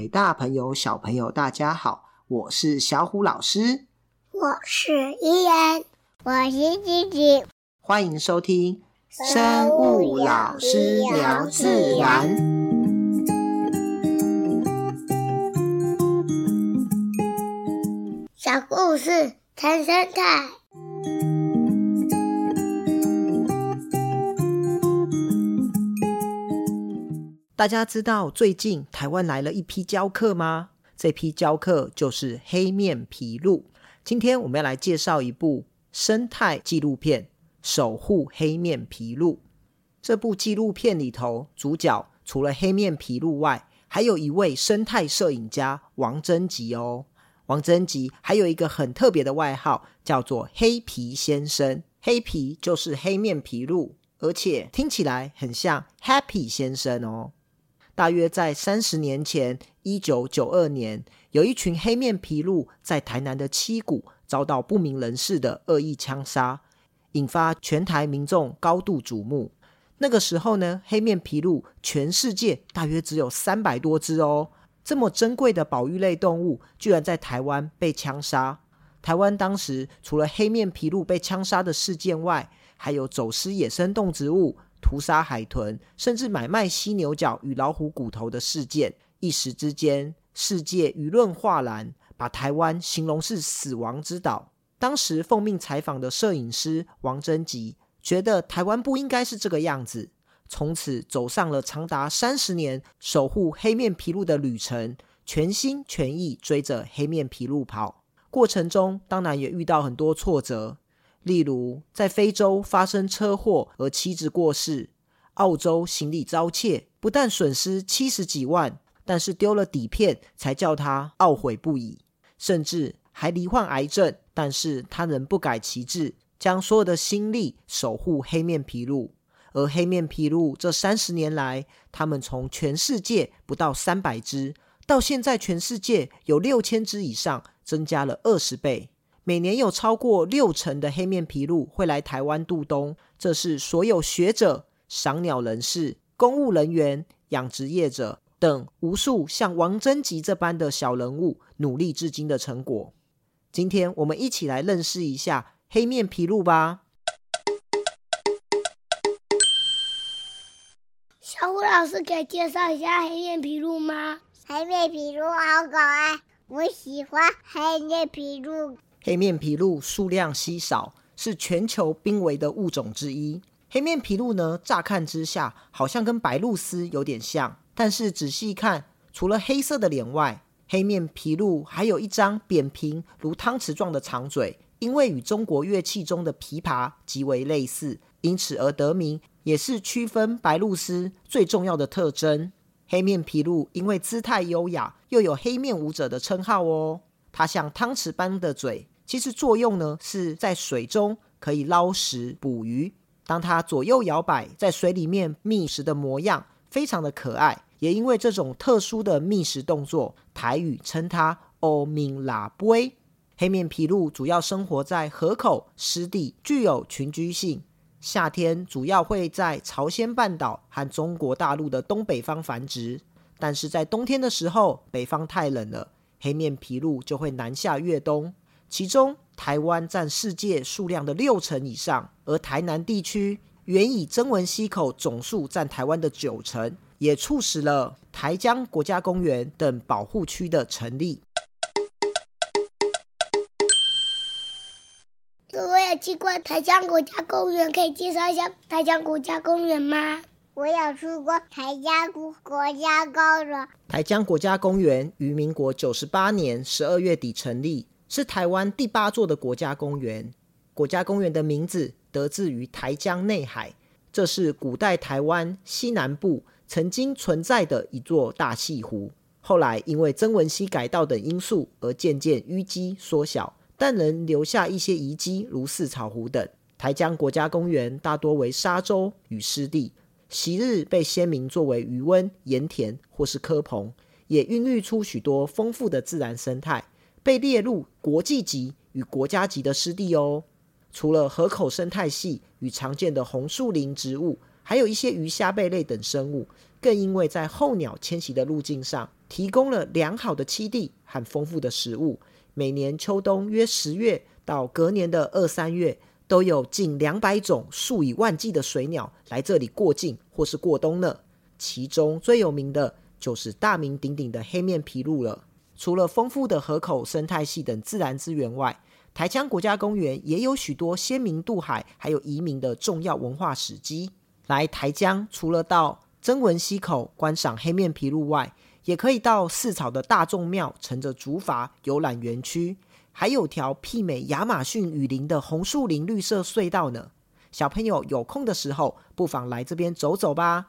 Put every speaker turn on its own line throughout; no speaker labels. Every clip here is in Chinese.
位大朋友小朋友大家好，我是小虎老师，
我是依然，我是吉吉，
欢迎收听生物老师聊自然。
小故事谈生态。
大家知道最近台湾来了一批教课吗？这批教课就是黑面琵鹭。今天我们要来介绍一部生态纪录片《守护黑面琵鹭》。这部纪录片里头，主角除了黑面琵鹭外，还有一位生态摄影家王贞吉哦。王贞吉还有一个很特别的外号，叫做黑皮先生。黑皮就是黑面琵鹭，而且听起来很像 Happy 先生哦。大约在30年前1992年，有一群黑面琵鹭在台南的七股遭到不明人士的恶意枪杀，引发全台民众高度瞩目。那个时候呢，黑面琵鹭全世界大约只有300多只哦，这么珍贵的保育类动物居然在台湾被枪杀。台湾当时除了黑面琵鹭被枪杀的事件外，还有走私野生动植物、屠杀海豚，甚至买卖犀牛角与老虎骨头的事件。一时之间，世界舆论哗然，把台湾形容是死亡之岛。当时奉命采访的摄影师王贞吉觉得台湾不应该是这个样子，从此走上了长达30年守护黑面琵鹭的旅程，全心全意追着黑面琵鹭跑。过程中当然也遇到很多挫折，例如在非洲发生车祸而妻子过世，澳洲行李遭窃，不但损失70几万，但是丢了底片才叫他懊悔不已，甚至还罹患癌症，但是他仍不改其志，将所有的心力守护黑面琵鹭。而黑面琵鹭这30年来，他们从全世界不到300只，到现在全世界有6000只以上，增加了20倍。每年有超过60%的黑面琵鹭会来台湾度冬，这是所有学者、赏鸟人士、公务人员、养殖业者等无数像王贞吉这般的小人物努力至今的成果。今天我们一起来认识一下黑面琵鹭吧。
小虎老师可以介绍一下黑面琵鹭吗？黑面琵鹭好可爱，我喜欢黑面琵鹭。
黑面琵鹭数量稀少，是全球濒危的物种之一。黑面琵鹭呢，乍看之下好像跟白鹭鸶有点像，但是仔细看，除了黑色的脸外，黑面琵鹭还有一张扁平如汤匙状的长嘴，因为与中国乐器中的琵琶极为类似，因此而得名，也是区分白鹭鸶最重要的特征。黑面琵鹭因为姿态优雅，又有黑面舞者的称号哦。它像汤匙般的嘴，其实作用呢是在水中可以捞食捕鱼。当它左右摇摆在水里面觅食的模样非常的可爱，也因为这种特殊的觅食动作，台语称它欧明拉杯。黑面琵鹭主要生活在河口湿地，具有群居性。夏天主要会在朝鲜半岛和中国大陆的东北方繁殖，但是在冬天的时候，北方太冷了，黑面琵鹭就会南下越冬。其中台湾占世界数量的60%以上，而台南地区原以曾文溪口总数占台湾的90%，也促使了台江国家公园等保护区的成立。
我也去过台江国家公园，可以介绍一下台江国家公园吗？我有去过台江国家公园。
台江国家公园于民国98年12月底成立，是台湾第8座的国家公园。国家公园的名字得自于台江内海，这是古代台湾西南部曾经存在的一座大泻湖，后来因为曾文溪改道等因素而渐渐淤积缩小，但仍留下一些遗迹，如四草湖等。台江国家公园大多为沙洲与湿地，昔日被先民作为渔温、盐田或是蚵棚，也孕育出许多丰富的自然生态，被列入国际级与国家级的湿地哦。除了河口生态系与常见的红树林植物，还有一些鱼虾贝类等生物，更因为在候鸟迁徙的路径上提供了良好的栖地和丰富的食物，每年秋冬约10月到隔年的2、3月，都有近200种数以万计的水鸟来这里过境或是过冬呢。其中最有名的就是大名鼎鼎的黑面琵鹭了。除了丰富的河口生态系等自然资源外，台江国家公园也有许多先民渡海还有移民的重要文化史迹。来台江除了到曾文溪口观赏黑面琵鹭外，也可以到四草的大众庙乘着竹筏游览园区，还有条媲美亚马逊雨林的红树林绿色隧道呢。小朋友有空的时候不妨来这边走走吧。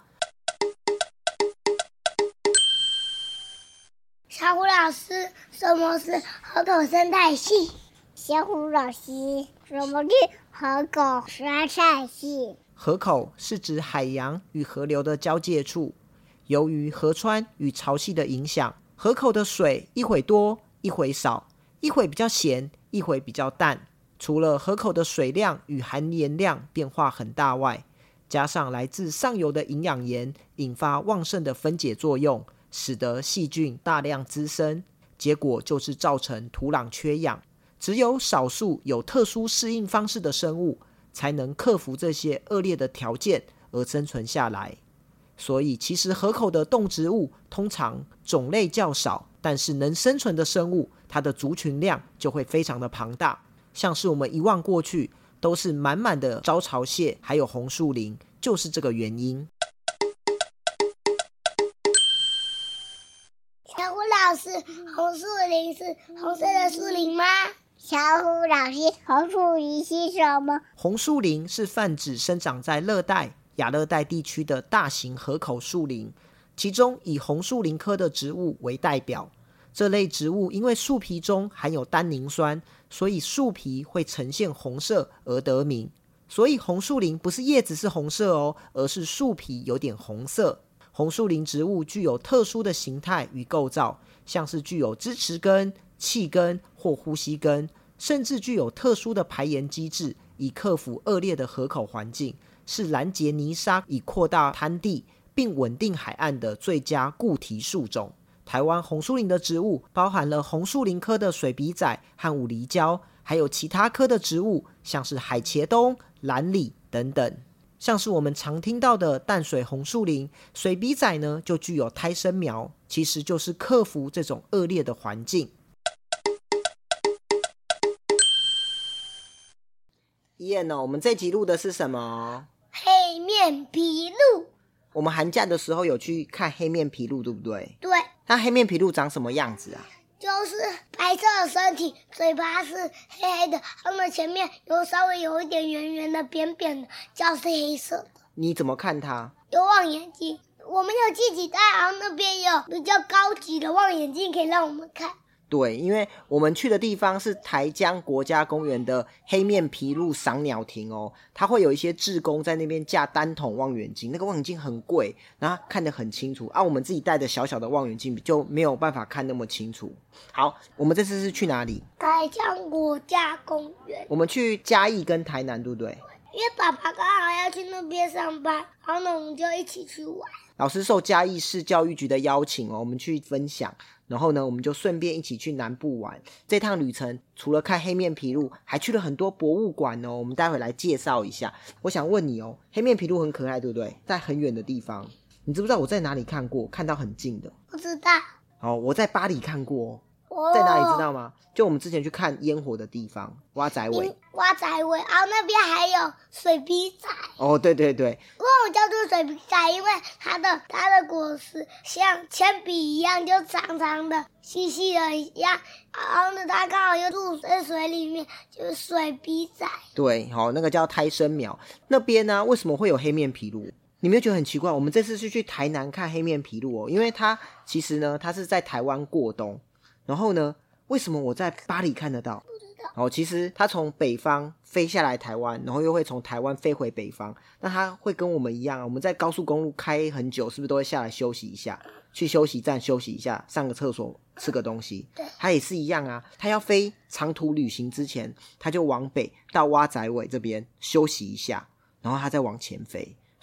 小虎老师，什么是河口生态系？小虎老师，什么是河口生态系？
河口是指海洋与河流的交界处，由于河川与潮汐的影响，河口的水一会多一会少，一会比较咸一会比较淡。除了河口的水量与含盐量变化很大外，加上来自上游的营养盐引发旺盛的分解作用，使得细菌大量滋生，结果就是造成土壤缺氧。只有少数有特殊适应方式的生物才能克服这些恶劣的条件而生存下来。所以其实河口的动植物通常种类较少，但是能生存的生物它的族群量就会非常的庞大。像是我们一望过去都是满满的招潮蟹还有红树林，就是这个原因。
小虎老师，红树林是红色的树林吗？小虎老师，红树林是什么？
红树林是泛指生长在热带、亚热带地区的大型河口树林，其中以红树林科的植物为代表。这类植物因为树皮中含有单宁酸，所以树皮会呈现红色而得名。所以红树林不是叶子是红色哦，而是树皮有点红色。红树林植物具有特殊的形态与构造，像是具有支持根、气根或呼吸根，甚至具有特殊的排盐机制，以克服恶劣的河口环境，是拦截泥沙以扩大滩地并稳定海岸的最佳固体树种。台湾红树林的植物包含了红树林科的水笔仔和五厘椒，还有其他科的植物，像是海茄冬、蓝李等等。像是我们常听到的淡水红树林，水笔仔呢就具有胎生苗，其实就是克服这种恶劣的环境。燕哦，我们这集录的是什么？
黑面琵鹭。
我们寒假的时候有去看黑面琵鹭，对不对？
对。
那黑面琵鹭长什么样子啊？
就是白色的身体，嘴巴是黑黑的，它们前面稍微有一点圆圆的、扁扁的，就是黑色的。
你怎么看它？
有望远镜，我们有记几代，然后那边有比较高级的望远镜可以让我们看。
对，因为我们去的地方是台江国家公园的黑面琵鹭赏鸟亭哦，它会有一些志工在那边架单筒望远镜，那个望远镜很贵，然后看得很清楚啊。我们自己带的小小的望远镜就没有办法看那么清楚。好，我们这次是去哪里？
台江国家公园。
我们去嘉义跟台南，对不对？
因为爸爸刚好要去那边上班，然后呢我们就一起去玩。
老师受嘉义市教育局的邀请哦，我们去分享，然后呢我们就顺便一起去南部玩。这趟旅程除了看黑面琵鹭，还去了很多博物馆哦，我们待会来介绍一下。我想问你哦，黑面琵鹭很可爱对不对？在很远的地方，你知不知道我在哪里看过？看到很近的。
不知道。
哦，我在巴黎看过哦。在哪里知道吗？就我们之前去看烟火的地方，蛙仔尾。
蛙仔尾，然后那边还有水笔仔。哦，
对对对。
为什么叫做水笔仔？因为它的果实像铅笔一样，就长长的、细细的一样。然后呢，它刚好又住在水里面，就是水笔仔。
对，好，那个叫胎生苗。那边呢，为什么会有黑面琵鹭？你没有觉得很奇怪？我们这次是去台南看黑面琵鹭哦，因为它其实呢，它是在台湾过冬。然后呢，为什么我在巴黎看得到？其实它从北方飞下来台湾，然后又会从台湾飞回北方。那它会跟我们一样，我们在高速公路开很久，是不是都会下来休息一下，去休息站休息一下，上个厕所，吃个东西？
对，
它也是一样啊。它要飞长途旅行之前，它就往北到蛙仔尾这边休息一下，然后它再往前飞。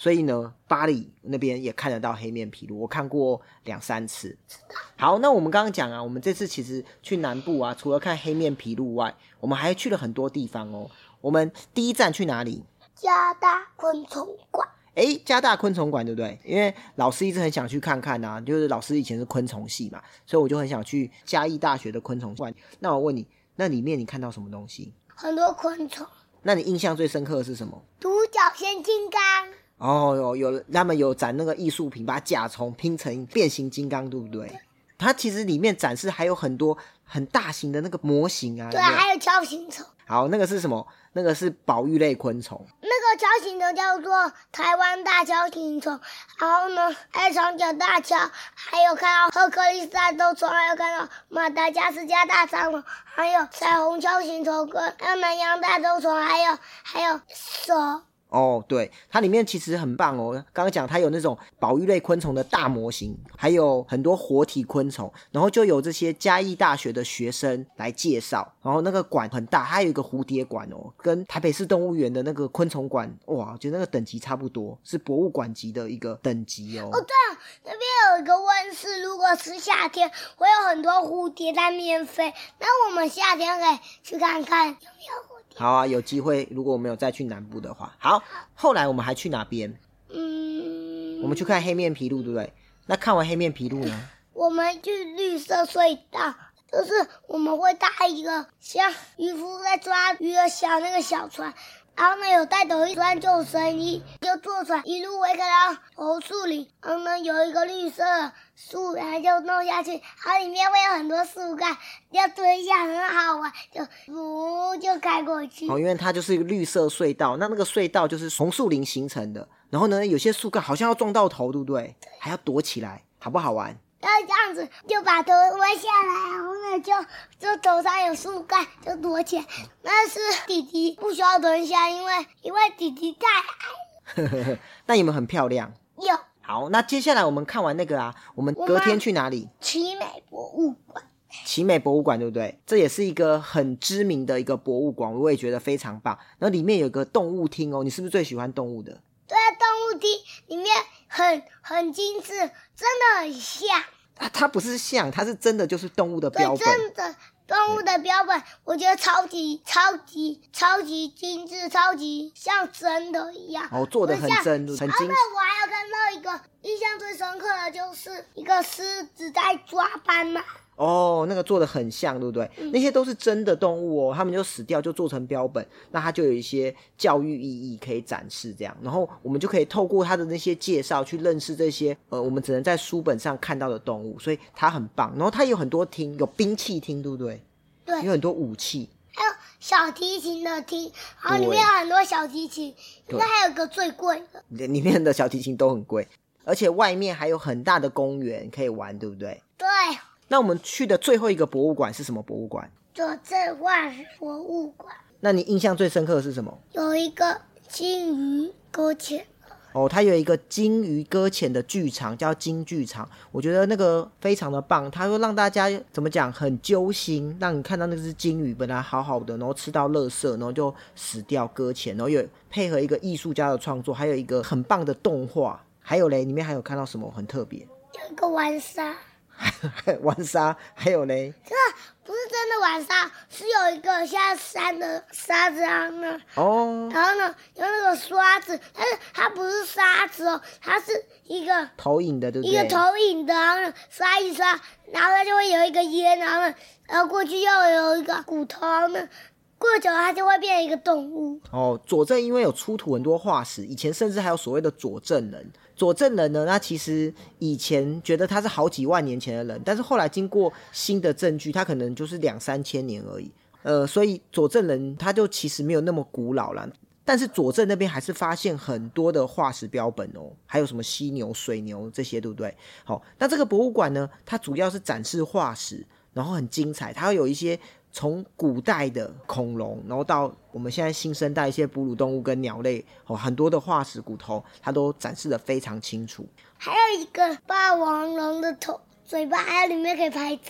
所以呢，巴黎那边也看得到黑面琵鹭，我看过2-3次。好，那我们刚刚讲啊，我们这次其实去南部啊，除了看黑面琵鹭外，我们还去了很多地方哦。我们第一站去哪里？
加大昆虫馆。
加大昆虫馆对不对？因为老师一直很想去看看啊，就是老师以前是昆虫系嘛，所以我就很想去嘉义大学的昆虫馆。那我问你，那里面你看到什么东西？
很多昆虫。
那你印象最深刻的是什么？
独角仙金刚。
有他们有展那个艺术品，把甲虫拼成变形金刚，对不对？它其实里面展示还有很多很大型的那个模型啊。
对啊，还有锹形虫。
好，那个是什么？那个是保育类昆虫。
那个锹形虫叫做台湾大锹形虫，然后呢，还有长脚大锹，还有看到赫克利斯大兜虫，还有看到马达加斯加大苍龙，还有彩虹锹形虫跟还有南洋大兜虫，还有蛇。
对，它里面其实很棒哦。刚刚讲它有那种保育类昆虫的大模型，还有很多活体昆虫，然后就有这些嘉义大学的学生来介绍。然后那个馆很大，还有一个蝴蝶馆哦，跟台北市动物园的那个昆虫馆，哇，我觉得那个等级差不多，是博物馆级的一个等级哦。
对啊，那边有一个温室，如果是夏天，会有很多蝴蝶在那边飞。那我们夏天可以去看看有没有蝴蝶。
好啊，有机会如果我们有再去南部的话。好，后来我们还去哪边？我们去看黑面琵鹭，对不对？那看完黑面琵鹭呢？
我们去绿色隧道，就是我们会搭一个像渔夫在抓鱼的那个小船，然后呢有带斗笠穿救生衣，就坐船一路会看到红树林，然后呢有一个绿色的树，然后就弄下去，然后里面会有很多树干，要蹲下很好玩，就开过去。
因为它就是一个绿色隧道，那个隧道就是红树林形成的，然后呢有些树干好像要撞到头，对不对？还要躲起来，好不好玩？
然后这样子就把头弯下来，然后呢就头上有树干就躲起来。但是弟弟不需要蹲下，因为弟弟太矮了。
那有没有很漂亮？
有。
好，那接下来我们看完那个啊，我们隔天去哪里？
奇美博物馆。
奇美博物馆对不对？这也是一个很知名的一个博物馆，我也觉得非常棒。然后里面有个动物厅哦，你是不是最喜欢动物的？
对啊，动物厅里面很精致，真的很像。
它不是像，它是真的就是动物的标本。
对，真的动物的标本，我觉得超级精致，超级像真的一样。
做得很真，很精致。
我还有看到一个印象最深刻的，就是一个狮子在抓斑马。
那个做得很像，对不对？那些都是真的动物哦，他们就死掉就做成标本，那它就有一些教育意义可以展示这样，然后我们就可以透过它的那些介绍去认识这些我们只能在书本上看到的动物，所以它很棒。然后它有很多厅，有兵器厅，对不对？
对，
有很多武器，
还有小提琴的厅，然后里面有很多小提琴，应该还有个最贵的，
里面的小提琴都很贵，而且外面还有很大的公园可以玩，对不对？
对。
那我们去的最后一个博物馆是什么博物馆？
左镇化石博物馆。
那你印象最深刻的是什么？
有一个金鱼搁浅。
它有一个金鱼搁浅的剧场，叫金剧场，我觉得那个非常的棒，它会让大家怎么讲，很揪心，让你看到那只金鱼本来好好的，然后吃到垃圾，然后就死掉搁浅，然后有配合一个艺术家的创作，还有一个很棒的动画，还有嘞，里面还有看到什么很特别？
有一个玩沙。
玩沙，还有嘞，
这不是真的玩沙，是有一个下山的沙子啊呢。然后呢，有那个刷子，但是它不是沙子哦，它是一个
投影的，对不对？
一个投影的，然后呢刷一刷，然后它就会有一个烟，然后过去又有一个骨头呢。过久了它就会变成一个动物。
佐证因为有出土很多化石，以前甚至还有所谓的佐证人。佐证人呢，那其实以前觉得他是好几万年前的人，但是后来经过新的证据，他可能就是2-3千年而已。所以佐证人他就其实没有那么古老啦。但是佐证那边还是发现很多的化石标本还有什么犀牛、水牛这些，对不对？好，那这个博物馆呢，它主要是展示化石，然后很精彩，它会有一些从古代的恐龙，然后到我们现在新生代一些哺乳动物跟鸟类，很多的化石骨头，它都展示得非常清楚。
还有一个霸王龙的头、嘴巴，还有里面可以拍照。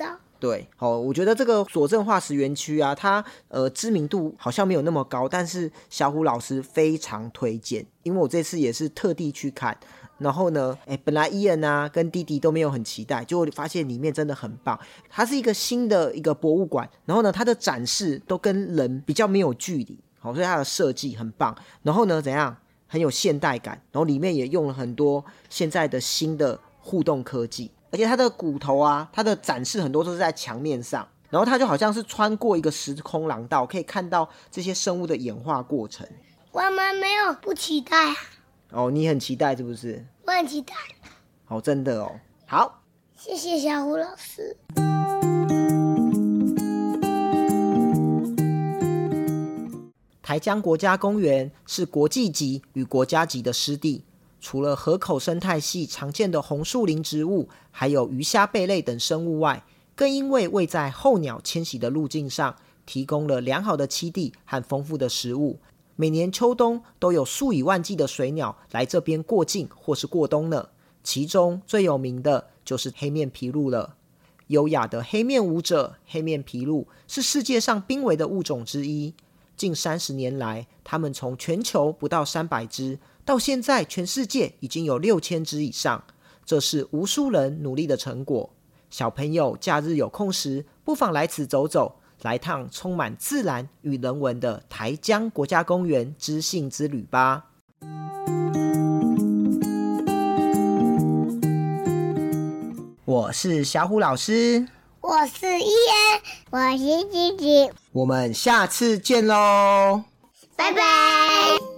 对，我觉得这个左镇化石园区啊，它知名度好像没有那么高，但是小虎老师非常推荐，因为我这次也是特地去看。然后呢，本来伊恩啊跟弟弟都没有很期待，结果发现里面真的很棒。它是一个新的一个博物馆，然后呢，它的展示都跟人比较没有距离，所以它的设计很棒。然后呢，怎样很有现代感，然后里面也用了很多现在的新的互动科技，而且它的骨头啊，它的展示很多都是在墙面上，然后它就好像是穿过一个时空廊道，可以看到这些生物的演化过程。
我们没有不期待啊。
你很期待是不是？
我很期待。
真的哦。好，
谢谢小虎老师。
台江国家公园是国际级与国家级的湿地，除了河口生态系常见的红树林植物，还有鱼虾贝类等生物外，更因为位在候鸟迁徙的路径上，提供了良好的栖地和丰富的食物。每年秋冬都有数以万计的水鸟来这边过境或是过冬呢，其中最有名的就是黑面琵鹭了。优雅的黑面舞者黑面琵鹭是世界上濒危的物种之一，近30年来，它们从全球不到300只，到现在全世界已经有6000只以上，这是无数人努力的成果。小朋友假日有空时，不妨来此走走，来趟充满自然与人文的台江国家公园知性之旅吧。我是小虎老师，
我是伊恩，我是吉吉，
我们下次见喽，
拜拜。